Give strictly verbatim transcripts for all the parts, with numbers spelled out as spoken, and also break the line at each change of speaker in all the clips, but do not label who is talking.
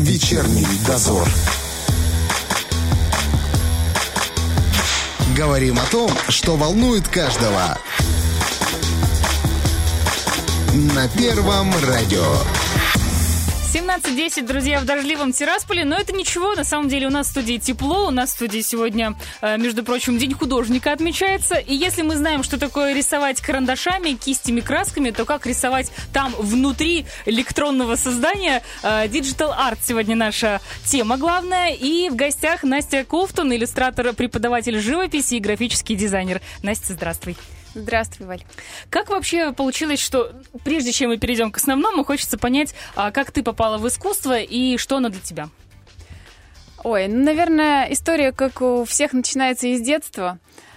Вечерний дозор. Говорим о том, что волнует каждого. На Первом радио.
семнадцать десять, друзья, в дождливом Тирасполе, но это ничего, на самом деле у нас в студии тепло, у нас в студии сегодня, между прочим, День художника отмечается, и если мы знаем, что такое рисовать карандашами, кистями, красками, то как рисовать там внутри электронного создания? Digital Art сегодня наша тема главная, и в гостях Настя Ковтун, иллюстратор, преподаватель живописи и графический дизайнер. Настя, здравствуй.
Здравствуй, Валь.
Как вообще получилось, что прежде чем мы перейдем к основному, хочется понять, как ты попала в искусство и что оно для тебя?
Ой, ну, наверное, история, как у всех, начинается из детства.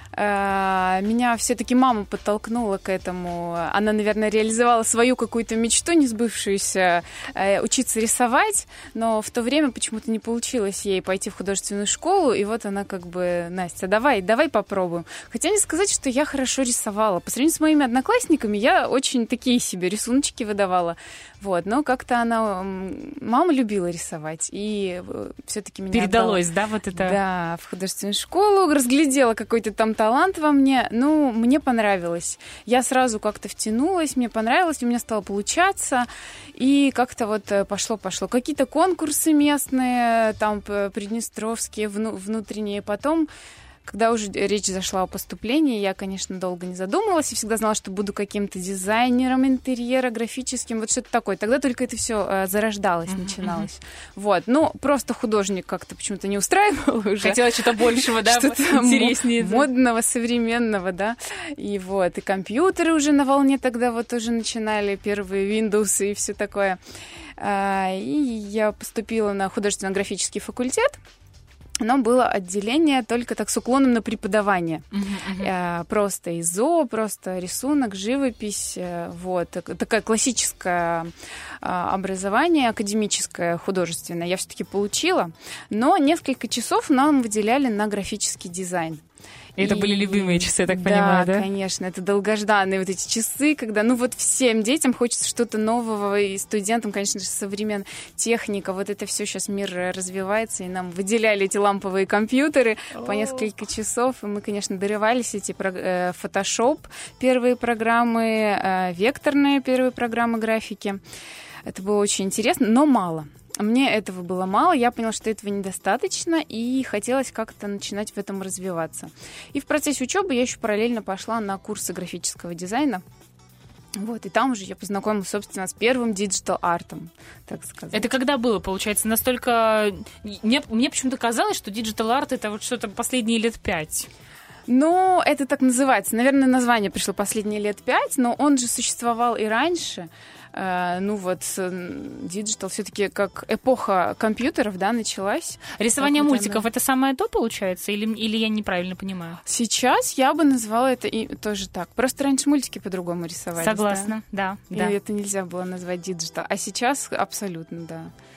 Меня все-таки мама подтолкнула к этому. Она, наверное, реализовала свою какую-то мечту, не сбывшуюся, учиться рисовать, но в то время почему-то не получилось ей пойти в художественную школу, и вот она как бы: Настя, давай, давай попробуем. Хотя не сказать, что я хорошо рисовала. По сравнению с моими одноклассниками я очень такие себе рисуночки выдавала. Вот, но как-то она... Мама любила рисовать, и все-таки меня...
Передалось,
отдала,
да, вот это?
Да, в художественную школу, разглядела какой-то там талант во мне. Ну, мне понравилось. Я сразу как-то втянулась, мне понравилось, у меня стало получаться, и как-то вот пошло-пошло. Какие-то конкурсы местные, там, приднестровские, внутренние, потом... Когда уже речь зашла о поступлении, я, конечно, долго не задумывалась и всегда знала, что буду каким-то дизайнером интерьера, графическим, вот что-то такое. Тогда только это все э, зарождалось, mm-hmm. начиналось. Вот. Ну, просто художник как-то почему-то не устраивал уже.
Хотела что-то большего, да,
что-то
интереснее.
Модного, современного, да. И вот, и компьютеры уже на волне тогда вот уже начинали, первые Windows и все такое. И я поступила на художественно-графический факультет. Но было отделение только так с уклоном на преподавание. Uh-huh, uh-huh. Просто ИЗО, просто рисунок, живопись. Вот. Такое классическое образование, академическое, художественное я все-таки получила. Но несколько часов нам выделяли на графический дизайн.
Это
и...
были любимые часы, я так
да,
понимаю, да?
Да, конечно. Это долгожданные вот эти часы, когда, ну вот всем детям хочется что-то нового, и студентам, конечно же, современная техника. Вот это все сейчас мир развивается, и нам выделяли эти ламповые компьютеры по несколько часов, и мы, конечно, дорывались эти Photoshop, первые программы, векторные первые программы графики. Это было очень интересно, но мало. Мне этого было мало, я поняла, что этого недостаточно, и хотелось как-то начинать в этом развиваться. И в процессе учебы я еще параллельно пошла на курсы графического дизайна. Вот, и там уже я познакомилась, собственно, с первым диджитал-артом, так сказать.
Это когда было, получается, настолько... Мне, мне почему-то казалось, что диджитал-арт — это вот что-то последние лет пять.
Ну, это так называется. Наверное, название пришло последние лет пять, но он же существовал и раньше. Ну вот, диджитал все-таки как эпоха компьютеров, да, началась.
Рисование мультиков — это самое то, получается? Или, или я неправильно понимаю?
Сейчас я бы назвала это и тоже так. Просто раньше мультики по-другому рисовались.
Согласна, да.
да,
и да.
это нельзя было назвать диджитал. А сейчас абсолютно,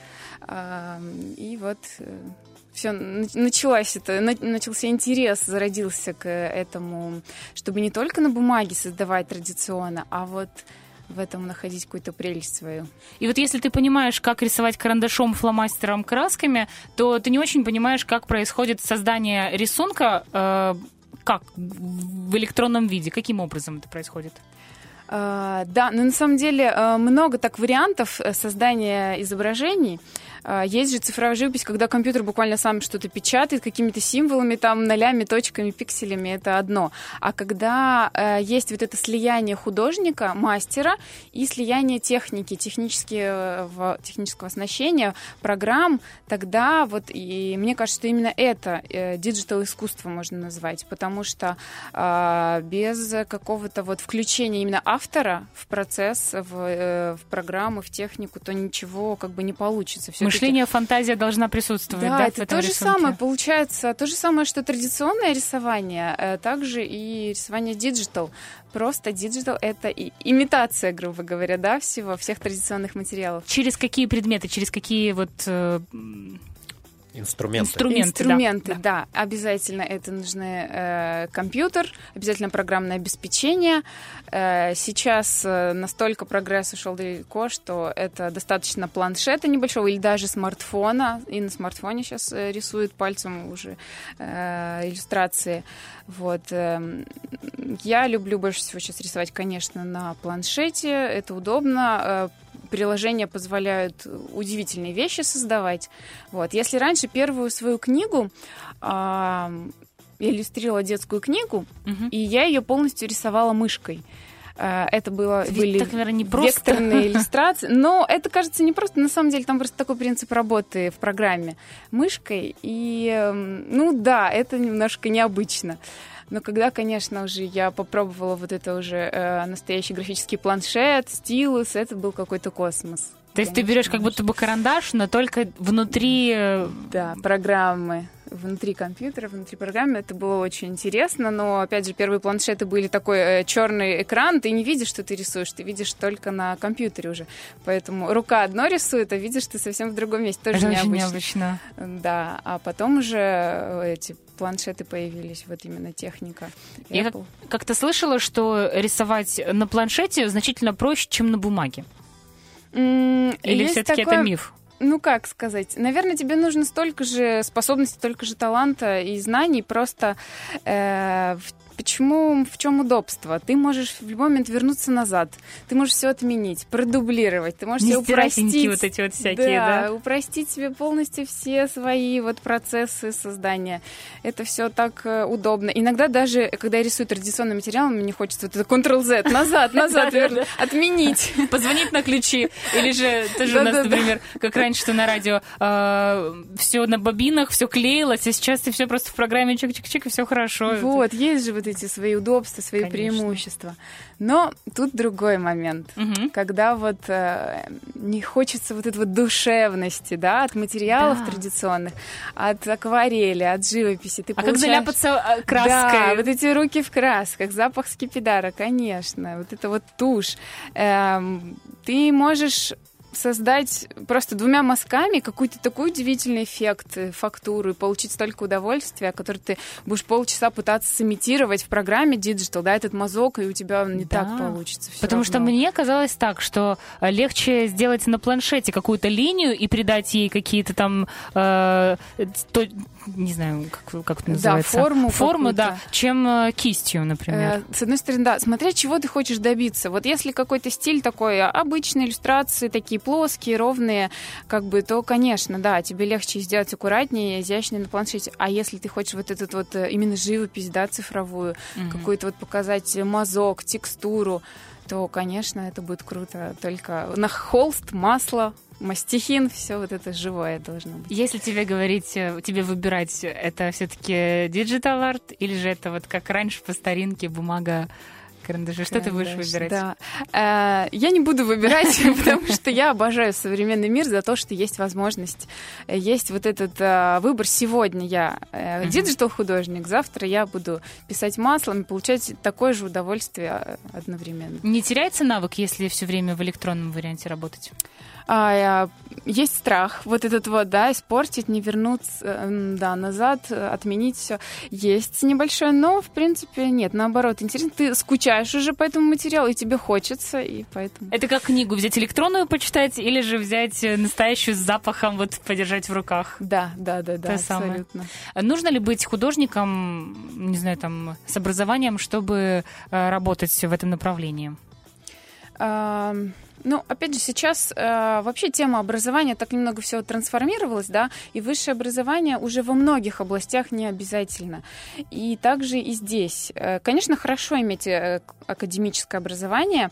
да. И вот... Все, началось это, начался интерес, зародился к этому, чтобы не только на бумаге создавать традиционно, а вот в этом находить какую-то прелесть свою.
И вот если ты понимаешь, как рисовать карандашом, фломастером, красками, то ты не очень понимаешь, как происходит создание рисунка, э, как в электронном виде, каким образом это происходит?
Uh, да, но на самом деле uh, много так вариантов создания изображений. Uh, есть же цифровая живопись, когда компьютер буквально сам что-то печатает какими-то символами, там, нолями, точками, пикселями, это одно. А когда uh, есть вот это слияние художника, мастера и слияние техники, технического, технического оснащения, программ, тогда вот, и мне кажется, что именно это диджитал-искусство можно назвать, потому что uh, без какого-то вот включения именно автора в процесс, в, в программу, в технику, то ничего как бы не получится. Все-таки...
Мышление, фантазия должна присутствовать,
да,
да,
это
в этом
то же
рисунке?
самое, получается, то же самое, что традиционное рисование, также и рисование диджитал. Просто диджитал — это и имитация, грубо говоря, да, всего, всех традиционных материалов.
Через какие предметы, через какие вот...
Инструменты.
Инструменты,
Инструменты,
да.
да. Обязательно это нужны э, компьютер, обязательно программное обеспечение. Э, сейчас э, настолько прогресс ушел далеко, что это достаточно планшета небольшого или даже смартфона. И на смартфоне сейчас э, рисуют пальцем уже э, иллюстрации. Вот. Э, я люблю больше всего сейчас рисовать, конечно, на планшете. Это удобно. Э, Приложения позволяют удивительные вещи создавать. Вот. Если раньше первую свою книгу, а, я иллюстрировала детскую книгу, угу. и я ее полностью рисовала мышкой. А, это было, были
так, наверное, не просто.
Векторные иллюстрации. Но это, кажется, не просто. На самом деле там просто такой принцип работы в программе мышкой. И, ну да, это немножко необычно. Но когда, конечно, уже я попробовала вот это уже э, настоящий графический планшет, стилус, это был какой-то космос.
То есть ты берешь как будто бы карандаш, но только внутри...
Да, программы. Внутри компьютера, внутри программы. Это было очень интересно, но, опять же, первые планшеты были такой э, черный экран, ты не видишь, что ты рисуешь, ты видишь только на компьютере уже. Поэтому рука одно рисует, а видишь ты совсем в другом месте. Тоже
это
необычно.
Очень необычно.
Да, а потом уже эти планшеты появились, вот именно техника Apple.
Я как- как-то слышала, что рисовать на планшете значительно проще, чем на бумаге.
Mm,
Или все-таки такое... это миф?
Ну, как сказать? Наверное, тебе нужно столько же способностей, столько же таланта и знаний. Просто э, в, почему, в чем удобство? Ты можешь в любой момент вернуться назад. Ты можешь все отменить, продублировать. Ты можешь себе упростить.
вот эти вот всякие, да,
да? упростить себе полностью все свои вот процессы создания. Это все так э, удобно. Иногда даже, когда я рисую традиционный материал, мне хочется вот это контрол-зет, назад, назад, отменить.
Позвонить на ключи. Или же тоже у нас, например, как раньше, что на радио э, все на бобинах, все клеилось, а сейчас ты все просто в программе чик-чик-чик, и все хорошо.
Вот, есть же вот эти свои удобства, свои Конечно. преимущества. Но тут другой момент, угу. когда вот э, не хочется вот этой вот душевности, да, от материалов да. традиционных, от акварели, от живописи. Ты
а
получаешь...
как заляпаться краской?
Да, вот эти руки в красках, запах скипидара, конечно, вот это вот тушь. Эм, ты можешь создать просто двумя мазками какой-то такой удивительный эффект, фактуру, и получить столько удовольствия, которое ты будешь полчаса пытаться сымитировать в программе Digital, да, этот мазок, и у тебя не да. так получится.
Потому
равно.
что мне казалось так, что легче сделать на планшете какую-то линию и придать ей какие-то там, э, то, не знаю, как, как это называется?
Да, форму.
Форму, да, чем э, кистью, например.
Э, с одной стороны, да, смотря чего ты хочешь добиться. Вот если какой-то стиль такой, обычные иллюстрации, такие плоские, ровные, как бы, то, конечно, да, тебе легче сделать аккуратнее, изящнее на планшете. А если ты хочешь вот этот вот именно живопись, да, цифровую, mm-hmm. какую-то вот показать мазок, текстуру, то, конечно, это будет круто. Только на холст, масло, мастихин, все вот это живое должно быть.
Если тебе говорить, тебе выбирать, это все-таки диджитал арт или же это вот как раньше по старинке бумага, карандаши? Что Карандаш, ты будешь выбирать?
Да. Э, я не буду выбирать, потому что я обожаю современный мир за то, что есть возможность, есть вот этот э, выбор. Сегодня я э, диджитал-художник, завтра я буду писать маслом и получать такое же удовольствие одновременно.
Не теряется навык, если все время в электронном варианте работать?
А, есть страх, вот этот вот, да, испортить, не вернуться, да, назад, отменить все. Есть небольшое, но, в принципе, нет, наоборот, интересно, ты скучаешь уже по этому материалу, и тебе хочется, и поэтому...
Это как книгу взять электронную почитать или же взять настоящую с запахом, вот, подержать в руках?
Да, да, да, да, абсолютно.
Самое. Нужно ли быть художником, не знаю, там, с образованием, чтобы работать в этом направлении?
А... Ну, опять же, сейчас э, вообще тема образования так немного все трансформировалась, да, и высшее образование уже во многих областях не обязательно. И также и здесь. Э, конечно, хорошо иметь э, академическое образование,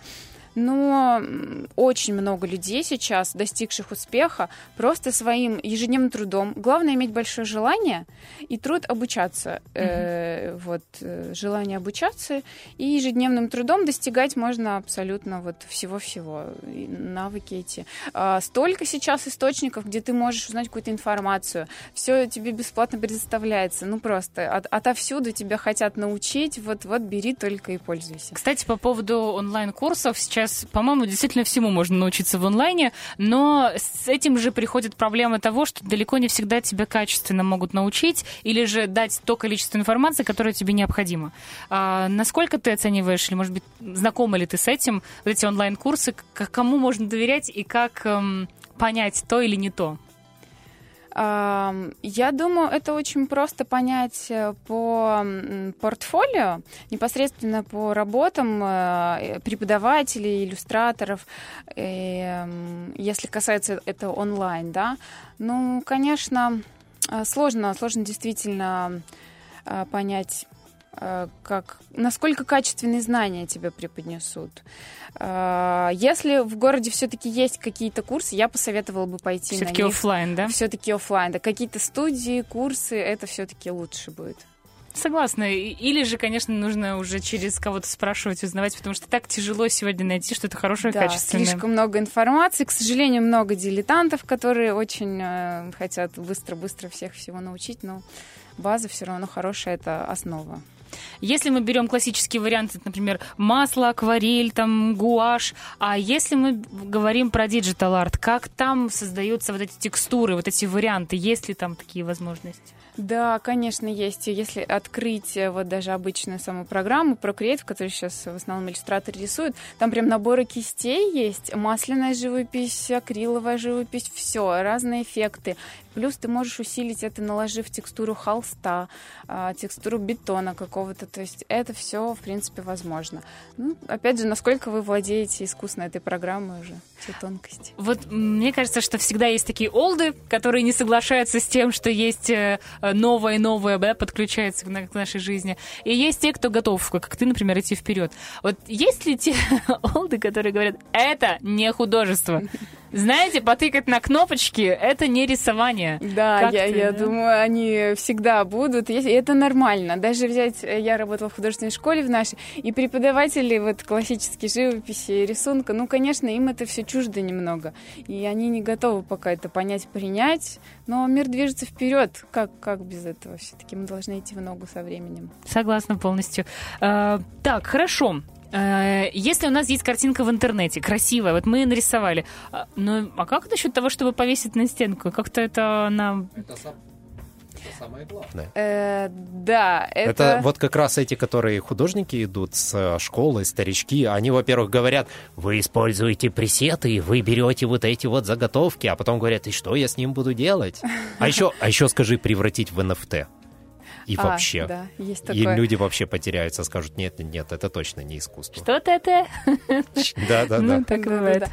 но очень много людей сейчас, достигших успеха, просто своим ежедневным трудом. Главное иметь большое желание и труд обучаться. Mm-hmm. Э, вот, желание обучаться и ежедневным трудом достигать можно абсолютно вот всего-всего. И навыки эти. А, столько сейчас источников, где ты можешь узнать какую-то информацию. Все тебе бесплатно предоставляется. Ну просто от, отовсюду тебя хотят научить. Вот, вот бери только и пользуйся.
Кстати, по поводу онлайн-курсов, сейчас сейчас, по-моему, действительно всему можно научиться в онлайне, но с этим же приходит проблема того, что далеко не всегда тебя качественно могут научить или же дать то количество информации, которое тебе необходимо. А насколько ты оцениваешь, или, может быть, знакома ли ты с этим, вот эти онлайн-курсы, к кому можно доверять и как эм, понять то или не то?
Я думаю, это очень просто понять по портфолио, непосредственно по работам преподавателей, иллюстраторов, если касается это онлайн, да. Ну, конечно, сложно, сложно действительно понять, как, насколько качественные знания тебе преподнесут. Если в городе все-таки есть какие-то курсы, я посоветовала бы пойти
все-таки
на них.
Офлайн, да?
Все-таки офлайн, да. Какие-то студии, курсы, это все-таки лучше будет.
Согласна. Или же, конечно, нужно уже через кого-то спрашивать, узнавать, потому что так тяжело сегодня найти что-то хорошее,
да,
качественное.
Слишком много информации. К сожалению, много дилетантов, которые очень э, хотят быстро-быстро всех всего научить, но база все равно хорошая, это основа.
Если мы берем классические варианты, например, масло, акварель, там, гуашь, а если мы говорим про диджитал арт, как там создаются вот эти текстуры, вот эти варианты, есть ли там такие возможности?
Да, конечно, есть. Если открыть вот даже обычную саму программу Procreate, в которой сейчас в основном иллюстраторы рисуют, там прям наборы кистей есть, масляная живопись, акриловая живопись, все, разные эффекты. Плюс ты можешь усилить это, наложив текстуру холста, текстуру бетона какого-то. То есть это все, в принципе, возможно. Ну, опять же, насколько вы владеете искусно этой программой уже, все тонкости.
Вот мне кажется, что всегда есть такие олды, которые не соглашаются с тем, что есть новое и новое, да, подключается к нашей жизни. И есть те, кто готов, как ты, например, идти вперед. Вот есть ли те олды, которые говорят, это не художество? Знаете, потыкать на кнопочки — это не рисование.
Да, я,
ты,
я
да?
думаю, они всегда будут. И это нормально. Даже взять, я работала в художественной школе в нашей, и преподаватели вот классической живописи и рисунка, ну, конечно, им это все чуждо немного. И они не готовы пока это понять, принять. Но мир движется вперед. Как, как без этого? Все-таки мы должны идти в ногу со временем.
Согласна полностью. А, так, хорошо. Если у нас есть картинка в интернете, красивая, вот мы ее нарисовали, ну, а как насчет того, чтобы повесить на стенку? Как-то это нам...
Это, сам... это самое главное.
Э, да, это...
Это вот как раз эти, которые художники идут с школы, старички, они, во-первых, говорят, вы используете пресеты, вы берете вот эти вот заготовки, а потом говорят, и что я с ним буду делать? А еще, а еще скажи, превратить в эн эф ти. И
а,
вообще.
Да, есть
И
такое.
люди вообще потеряются, скажут, нет, нет, нет, это точно не искусство.
Что-то это...
Да, да, да.
Ну, так бывает.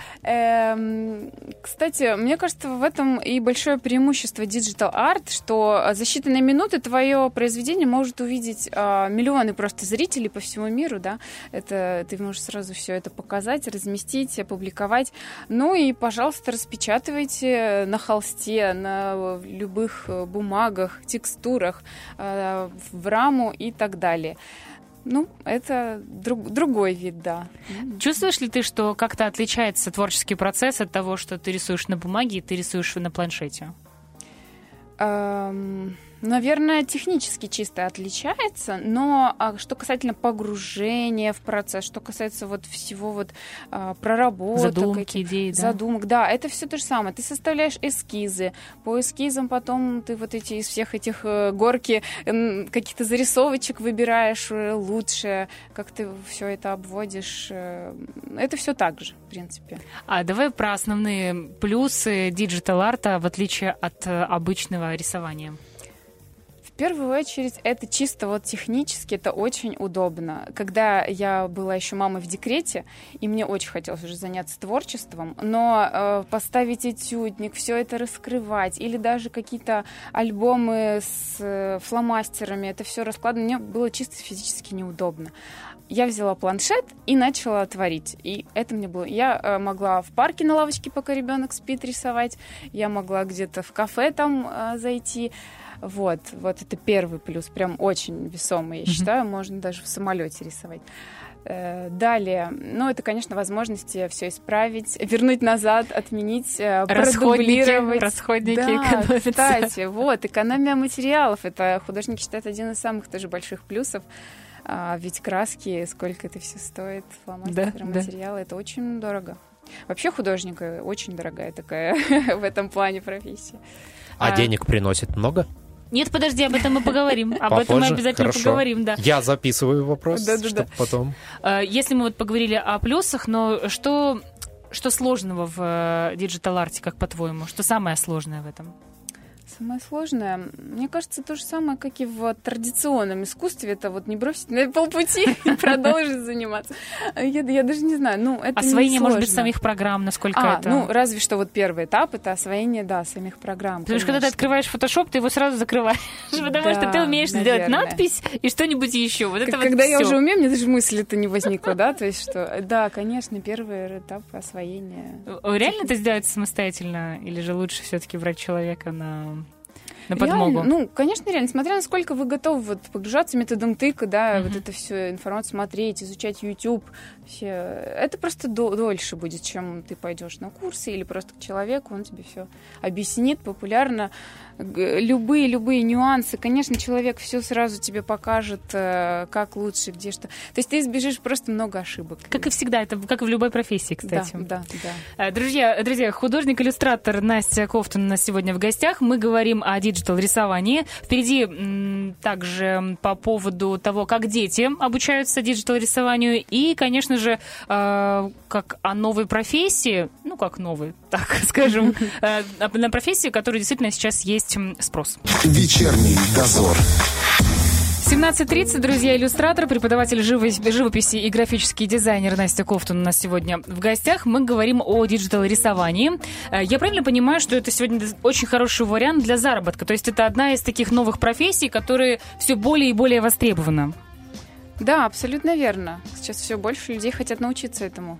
Кстати, мне кажется, в этом и большое преимущество диджитал арт, что за считанные минуты твое произведение может увидеть миллионы просто зрителей по всему миру, да. Это ты можешь сразу все это показать, разместить, опубликовать. Ну и, пожалуйста, распечатывайте на холсте, на любых бумагах, текстурах, в раму и так далее. Ну, это друг, другой вид, да.
Чувствуешь ли ты, что как-то отличается творческий процесс от того, что ты рисуешь на бумаге и ты рисуешь на планшете?
Эм, наверное, технически чисто отличается, но а, что касательно погружения в процесс, что касается вот всего вот а, проработок,
задумки, идеи, да?
задумок, да, это все то же самое. Ты составляешь эскизы, по эскизам потом ты вот эти из всех этих э, горки э, каких-то зарисовочек выбираешь э, лучше, как ты все это обводишь. Э, это все так же, в принципе.
А давай про основные плюсы диджитал-арта в отличие от э, обычного рисования.
В первую очередь, это чисто вот технически, это очень удобно. Когда я была еще мамой в декрете, и мне очень хотелось уже заняться творчеством, но э, поставить этюдник, все это раскрывать, или даже какие-то альбомы с э, фломастерами, это все раскладывать, мне было чисто физически неудобно. Я взяла планшет и начала творить. И это мне было... Я э, могла в парке на лавочке, пока ребенок спит, рисовать. Я могла где-то в кафе там э, зайти. Вот, вот это первый плюс, прям очень весомый, я mm-hmm. считаю, можно даже в самолете рисовать. Э, далее, ну, это, конечно, возможности все исправить, вернуть назад, отменить, продублировать.
Расходники
да,
экономятся.
Кстати, вот, экономия материалов, это художники считают один из самых тоже больших плюсов. А ведь краски, сколько это все стоит, фломастеры,
да,
материалы, да. Это очень дорого. Вообще художник очень дорогая такая в этом плане профессия.
А, а денег приносит много?
Нет, подожди, об этом мы поговорим. Об
Попозже?
этом мы обязательно
Хорошо.
поговорим, да.
Я записываю вопрос,
да, да,
чтобы
да.
потом...
Если мы вот поговорили о плюсах, но что, что сложного в диджитал-арте, как по-твоему? Что самое сложное в этом?
Самое сложное, мне кажется, то же самое, как и в традиционном искусстве. Это вот не бросить на полпути и продолжить заниматься. Я, я даже не знаю. Ну, это
освоение,
не
может быть, самих программ, насколько
а,
это...
ну, разве что вот первый этап — это освоение, да, самих программ.
Потому что когда ты открываешь Photoshop, ты его сразу закрываешь, потому что ты умеешь сделать надпись и что-нибудь еще. Вот это
когда
вот
я
всё.
уже умею, мне даже мысли-то не возникло, да? То есть что, да, конечно, первый этап освоения.
Реально это сделать самостоятельно? Или же лучше все-таки брать человека на... на подмогу?
Реально, ну, конечно, реально. Смотря насколько вы готовы вот, погружаться методом тыка, да, uh-huh. вот это все информацию смотреть, изучать YouTube. Все. Это просто до- дольше будет, чем ты пойдешь на курсы или просто к человеку, он тебе все объяснит популярно. Любые-любые нюансы. Конечно, человек все сразу тебе покажет, как лучше, где что. То есть ты избежишь просто много ошибок.
Как и всегда, это как и в любой профессии, кстати.
Да, да, да.
Друзья, друзья, художник-иллюстратор Настя Ковтун у нас сегодня в гостях. Мы говорим о диджитал-рисовании. Впереди м, также по поводу того, как дети обучаются диджитал-рисованию. И, конечно же, э, как о новой профессии, ну, как новой, так скажем, э, на профессии, которая действительно сейчас есть спрос.
Вечерний дозор.
семнадцать тридцать, друзья, иллюстратор, преподаватель живописи и графический дизайнер Настя Ковтун у нас сегодня в гостях. Мы говорим о диджитал-рисовании. Я правильно понимаю, что это сегодня очень хороший вариант для заработка? То есть это одна из таких новых профессий, которые все более и более востребованы?
Да, абсолютно верно. Сейчас все больше людей хотят научиться этому.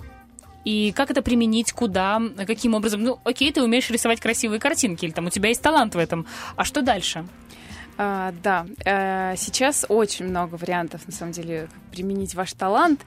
И как это применить, куда, каким образом? Ну, окей, ты умеешь рисовать красивые картинки, или там у тебя есть талант в этом. А что дальше?
А, да, а, сейчас очень много вариантов, на самом деле, как применить ваш талант.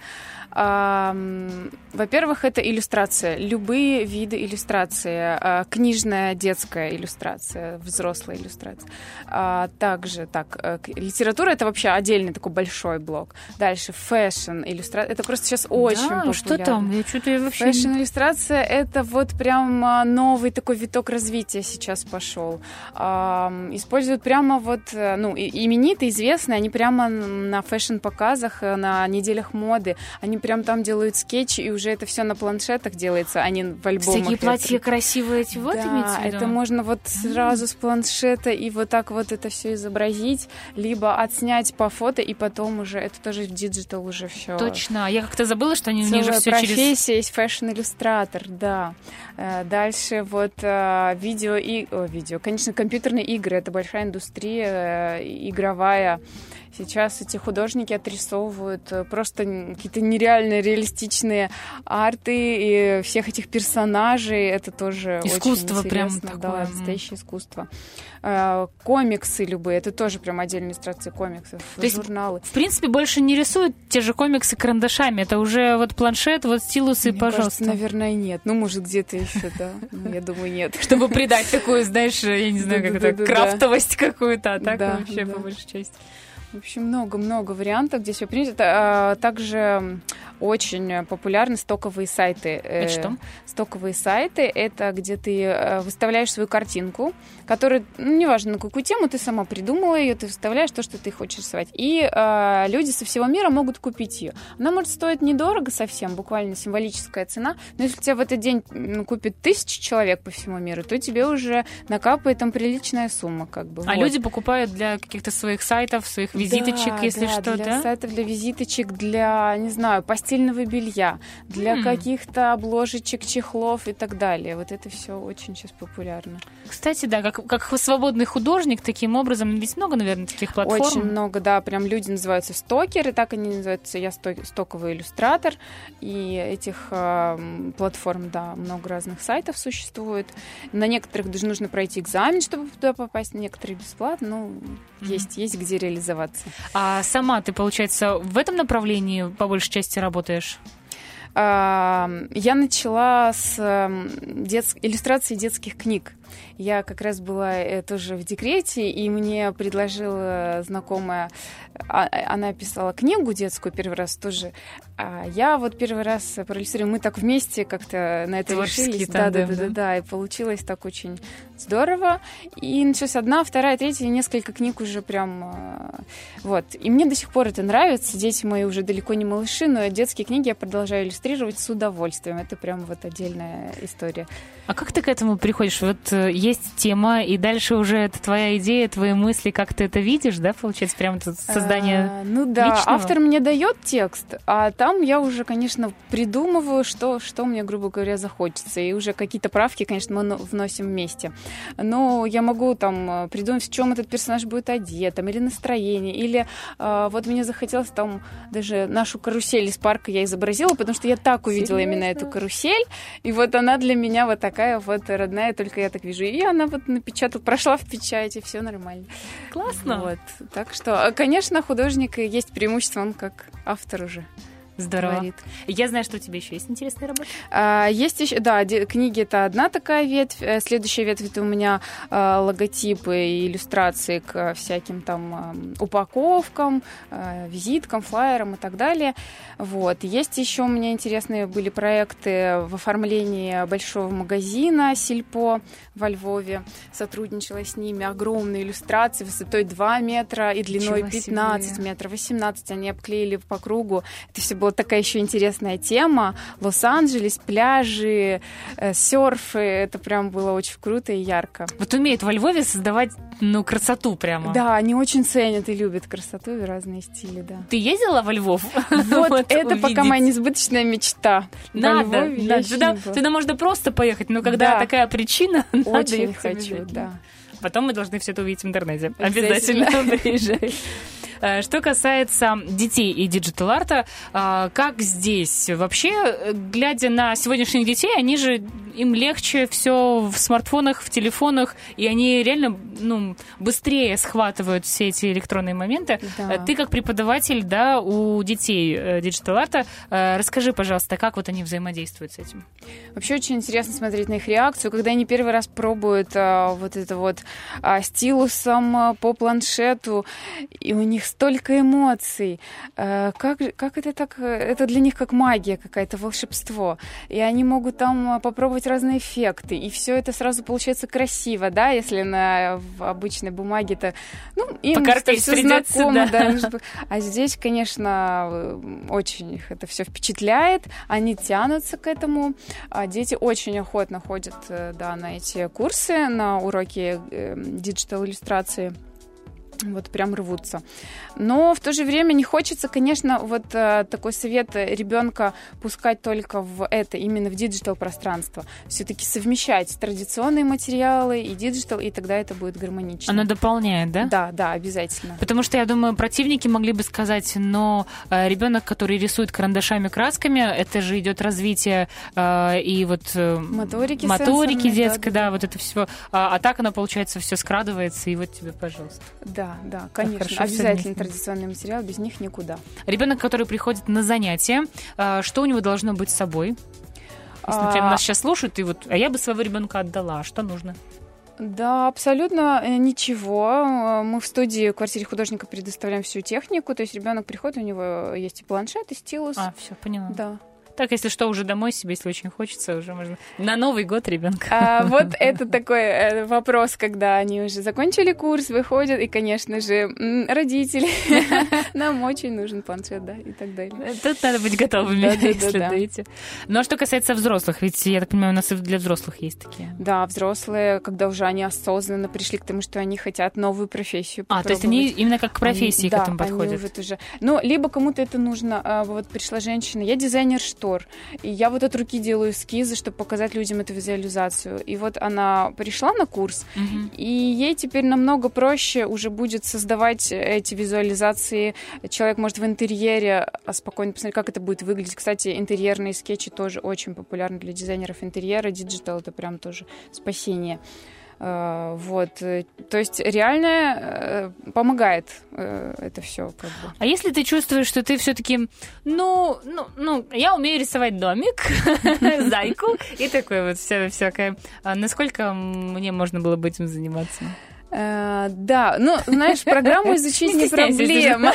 А, во-первых, это иллюстрация. Любые виды иллюстрации. А, книжная, детская иллюстрация, взрослая иллюстрация. А, также, так, литература — это вообще отдельный такой большой блок. Дальше фэшн, иллюстрация. Это просто сейчас очень
да,
популярно.
Что там? Я что-то вообще...
Фэшн-иллюстрация — это вот прям новый такой виток развития сейчас пошел. А, используют прямо вот, ну, именитые, известные, они прямо на фэшн-показах, на неделях моды, они прям там делают скетчи, и уже это все на планшетах делается, а не в альбомах.
Такие платья красивые, эти вот,
да,
имеете в виду?
это можно вот сразу с планшета и вот так вот это все изобразить, либо отснять по фото, и потом уже, это тоже в диджитал уже все.
Точно, я как-то забыла, что они
Целая
уже все через...
профессия есть фэшн-иллюстратор, да. Дальше вот видео и... О, видео, конечно, компьютерные игры, это большая индустрия игровая. Сейчас эти художники отрисовывают просто какие-то нереально реалистичные арты и всех этих персонажей. Это тоже
искусство
очень
прям
интересно.
такое.
Да, настоящее искусство. Комиксы любые. Это тоже прям отдельные иллюстрации комиксов.
То есть,
журналы.
В принципе, больше не рисуют те же комиксы карандашами. Это уже вот планшет, вот стилусы,
Мне
пожалуйста.
кажется, наверное, нет. Ну, может, где-то еще, да. Я думаю, нет.
Чтобы придать такую, знаешь, я не знаю, как это, крафтовость какую-то, а так вообще по большей части.
В общем, много-много вариантов, где все принято. Также очень популярны стоковые сайты.
Это что?
Стоковые сайты — это где ты выставляешь свою картинку, которую, ну, неважно, на какую тему, ты сама придумала ее, ты выставляешь то, что ты хочешь рисовать. И э, люди со всего мира могут купить ее. Она может стоить недорого совсем, буквально символическая цена, но если у тебя в этот день, ну, купит тысячи человек по всему миру, то тебе уже накапает там приличная сумма. Как бы.
А
вот.
люди покупают для каких-то своих сайтов, своих визиточек,
да,
если
да,
что,
для
да?
сайтов, для визиточек, для, не знаю, постельного белья, для mm. каких-то обложечек, чехлов и так далее. Вот это все очень сейчас популярно.
Кстати, да, как, как свободный художник, таким образом, ведь много, наверное, таких платформ.
Очень много, да, прям люди называются стокеры, так они называются, я стоковый иллюстратор, и этих э, платформ, да, много разных сайтов существует. На некоторых даже нужно пройти экзамен, чтобы туда попасть, на некоторые бесплатно, но mm-hmm. есть, есть где реализоваться.
А сама ты, получается, в этом направлении по большей части работаешь?
Я начала с дет... иллюстрации детских книг. Я как раз была э, тоже в декрете, и мне предложила знакомая, а, она писала книгу детскую первый раз тоже, а я вот первый раз проиллюстрировала, мы так вместе как-то на это решились. Да, да, да, да, да, и получилось так очень здорово. И началась одна, вторая, третья, несколько книг уже прям... Вот. И мне до сих пор это нравится. Дети мои уже далеко не малыши, но детские книги я продолжаю иллюстрировать с удовольствием. Это прям вот отдельная история.
А как ты к этому приходишь? Вот есть тема, и дальше уже это твоя идея, твои мысли, как ты это видишь, да, получается, прям тут создание
а, Ну да,
личного?
Автор мне дает текст, а там я уже, конечно, придумываю, что, что мне, грубо говоря, захочется. И уже какие-то правки, конечно, мы вносим вместе. Но я могу там придумать, в чем этот персонаж будет одет, там, или настроение, или а, вот мне захотелось там даже нашу карусель из парка я изобразила, потому что я так увидела Серьезно? Именно эту карусель, и вот она для меня вот такая вот родная, только я так вижу. И она вот напечатала, прошла в печати, все нормально.
Классно.
Вот. Так что, конечно, художник есть преимущество, он как автор уже.
Здорово.
Говорит.
Я знаю, что у тебя еще есть интересные работы.
А, есть еще, да, де, книги — это одна такая ветвь. Следующая ветвь — это у меня а, логотипы и иллюстрации к всяким там а, упаковкам, а, визиткам, флаерам и так далее. Вот. Есть еще у меня интересные были проекты в оформлении большого магазина Сельпо во Львове. Сотрудничала с ними. Огромные иллюстрации высотой два метра и длиной пятнадцать метров, восемнадцать. Они обклеили по кругу. Это все была такая еще интересная тема. Лос-Анджелес, пляжи, э, серфы. Это прям было очень круто и ярко.
Вот умеют во Львове создавать, ну, красоту прямо.
Да, они очень ценят и любят красоту и разные стили, да.
Ты ездила во Львов?
Вот это пока моя несбыточная мечта.
Надо, надо. Туда можно просто поехать, но когда такая причина, надо
очень хочу, да.
Потом мы должны все это увидеть в интернете. Обязательно приезжай. Что касается детей и диджитал-арта, как здесь? Вообще, глядя на сегодняшних детей, они же, им легче все в смартфонах, в телефонах, и они реально, ну, быстрее схватывают все эти электронные моменты. Да. Ты как преподаватель, да, у детей диджитал-арта, расскажи, пожалуйста, как вот они взаимодействуют с этим?
Вообще очень интересно смотреть на их реакцию, когда они первый раз пробуют а, вот это вот а, стилусом а, по планшету, и у них столько эмоций. А, как, как это так? Это для них как магия какая-то, волшебство. И они могут там попробовать разные эффекты, и все это сразу получается красиво, да, если на в обычной бумаге это, ну, им это все знакомо, да. Да. А здесь, конечно, очень их это все впечатляет, они тянутся к этому. А дети очень охотно ходят, да, на эти курсы, на уроки э, диджитал-иллюстрации. Вот прям рвутся. Но в то же время не хочется, конечно, вот э, такой совет ребенка пускать только в это, именно в диджитал-пространство. Все-таки совмещать традиционные материалы и диджитал, и тогда это будет гармонично.
Оно дополняет, да?
Да, да, обязательно.
Потому что, я думаю, противники могли бы сказать, но э, ребенок, который рисует карандашами, красками, это же идет развитие э, и вот э,
моторики,
моторики детской, да,
да, да,
да, вот это все. А, а так оно, получается, все скрадывается, и вот тебе, пожалуйста.
Да. Да, конечно. Обязательно традиционный материал, без них никуда.
Ребенок, который приходит на занятия, что у него должно быть с собой? Если, например, нас сейчас слушают, и вот, а я бы своего ребенка отдала, что нужно?
Да, абсолютно ничего. Мы в студии в квартире художника предоставляем всю технику, то есть ребенок приходит, у него есть и планшет, и стилус.
А, все, поняла.
Да.
Так, если что, уже домой себе, если очень хочется, уже можно на Новый год ребенка.
А, вот это такой вопрос, когда они уже закончили курс, выходят, и, конечно же, родители, нам очень нужен планшет, да, и так далее.
Тут надо быть готовыми, да, если да, даете. Да. Ну, а что касается взрослых, ведь, я так понимаю, у нас и для взрослых есть такие.
Да, взрослые, когда уже они осознанно пришли к тому, что они хотят новую профессию попробовать.
А, то есть они именно как к профессии
они,
к этому
да,
подходят?
Они вот уже... Ну, либо кому-то это нужно. Вот пришла женщина, я дизайнер штор, и я вот от руки делаю эскизы, чтобы показать людям эту визуализацию. И вот она пришла на курс, угу. и ей теперь намного проще уже будет создавать эти визуализации. Человек может в интерьере спокойно посмотреть, как это будет выглядеть. Кстати, интерьерные скетчи тоже очень популярны для дизайнеров интерьера. Диджитал — это прям тоже спасение. Вот. То есть реально помогает это все. Как бы.
А если ты чувствуешь, что ты все-таки, ну, ну, ну, я умею рисовать домик, зайку и такое вот все всякое. Насколько мне можно было бы этим заниматься?
Uh, да, ну, знаешь, программу изучить не проблема.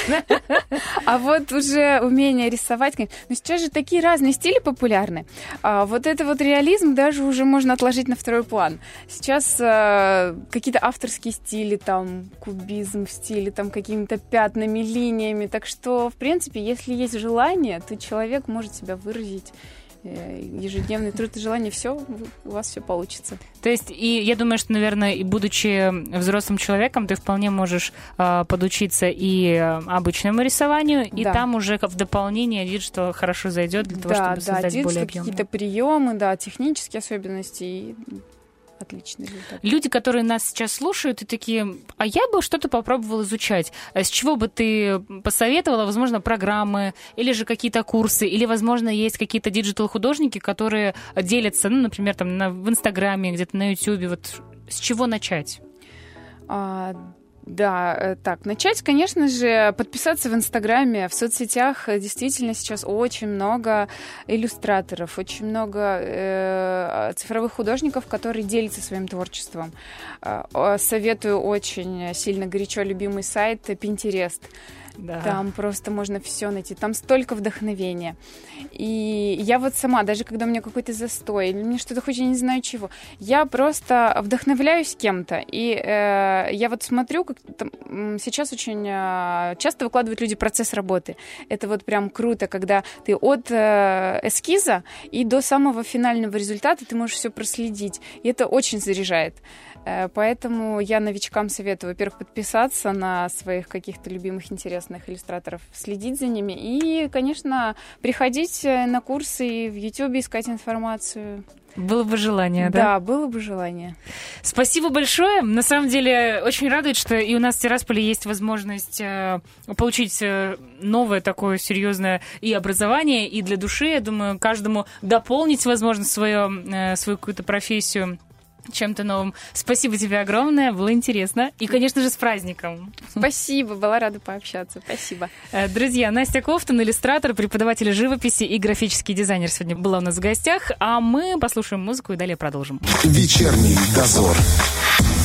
А вот уже умение рисовать... Ну, сейчас же такие разные стили популярны. А вот это вот реализм даже уже можно отложить на второй план. Сейчас а, какие-то авторские стили, там, кубизм в стиле, там, какими-то пятнами, линиями. Так что, в принципе, если есть желание, то человек может себя выразить. Ежедневный труд и желание, все, у вас все получится.
То есть, и я думаю, что, наверное, и будучи взрослым человеком, ты вполне можешь э, подучиться и обычному рисованию, да. И там уже в дополнение видишь, что хорошо зайдет для того, да, чтобы создать да, более объемно.
Какие-то приемы, да, технические особенности и отличный результат.
Люди, которые нас сейчас слушают, и такие, а я бы что-то попробовала изучать. С чего бы ты посоветовала? Возможно, программы, или же какие-то курсы, или, возможно, есть какие-то диджитал-художники, которые делятся, ну, например, там на, в Инстаграме, где-то на Ютубе. Вот с чего начать?
А... Да, так, начать, конечно же, подписаться в Инстаграме, в соцсетях действительно сейчас очень много иллюстраторов, очень много э, цифровых художников, которые делятся своим творчеством. Э, советую очень сильно горячо любимый сайт Pinterest. Да. Там просто можно все найти. Там столько вдохновения. И я вот сама, даже когда у меня какой-то застой, или мне что-то хочется, не знаю чего, я просто вдохновляюсь кем-то. И э, я вот смотрю, как там, сейчас очень э, часто выкладывают люди процесс работы. Это вот прям круто, когда ты от э, эскиза и до самого финального результата ты можешь все проследить. И это очень заряжает. Э, поэтому я новичкам советую, во-первых, подписаться на своих каких-то любимых, интересных иллюстраторов, следить за ними и, конечно, приходить на курсы и в Ютубе искать информацию.
Было бы желание, да?
Да, было бы желание.
Спасибо большое. На самом деле, очень радует, что и у нас в Тирасполе есть возможность э, получить э, новое такое серьезное и образование, и для души, я думаю, каждому дополнить, возможно, свою, э, свою какую-то профессию чем-то новым. Спасибо тебе огромное, было интересно. И, конечно же, с праздником.
Спасибо, была рада пообщаться. Спасибо.
Друзья, Настя Кофтон, иллюстратор, преподаватель живописи и графический дизайнер, сегодня была у нас в гостях. А мы послушаем музыку и далее продолжим.
Вечерний дозор.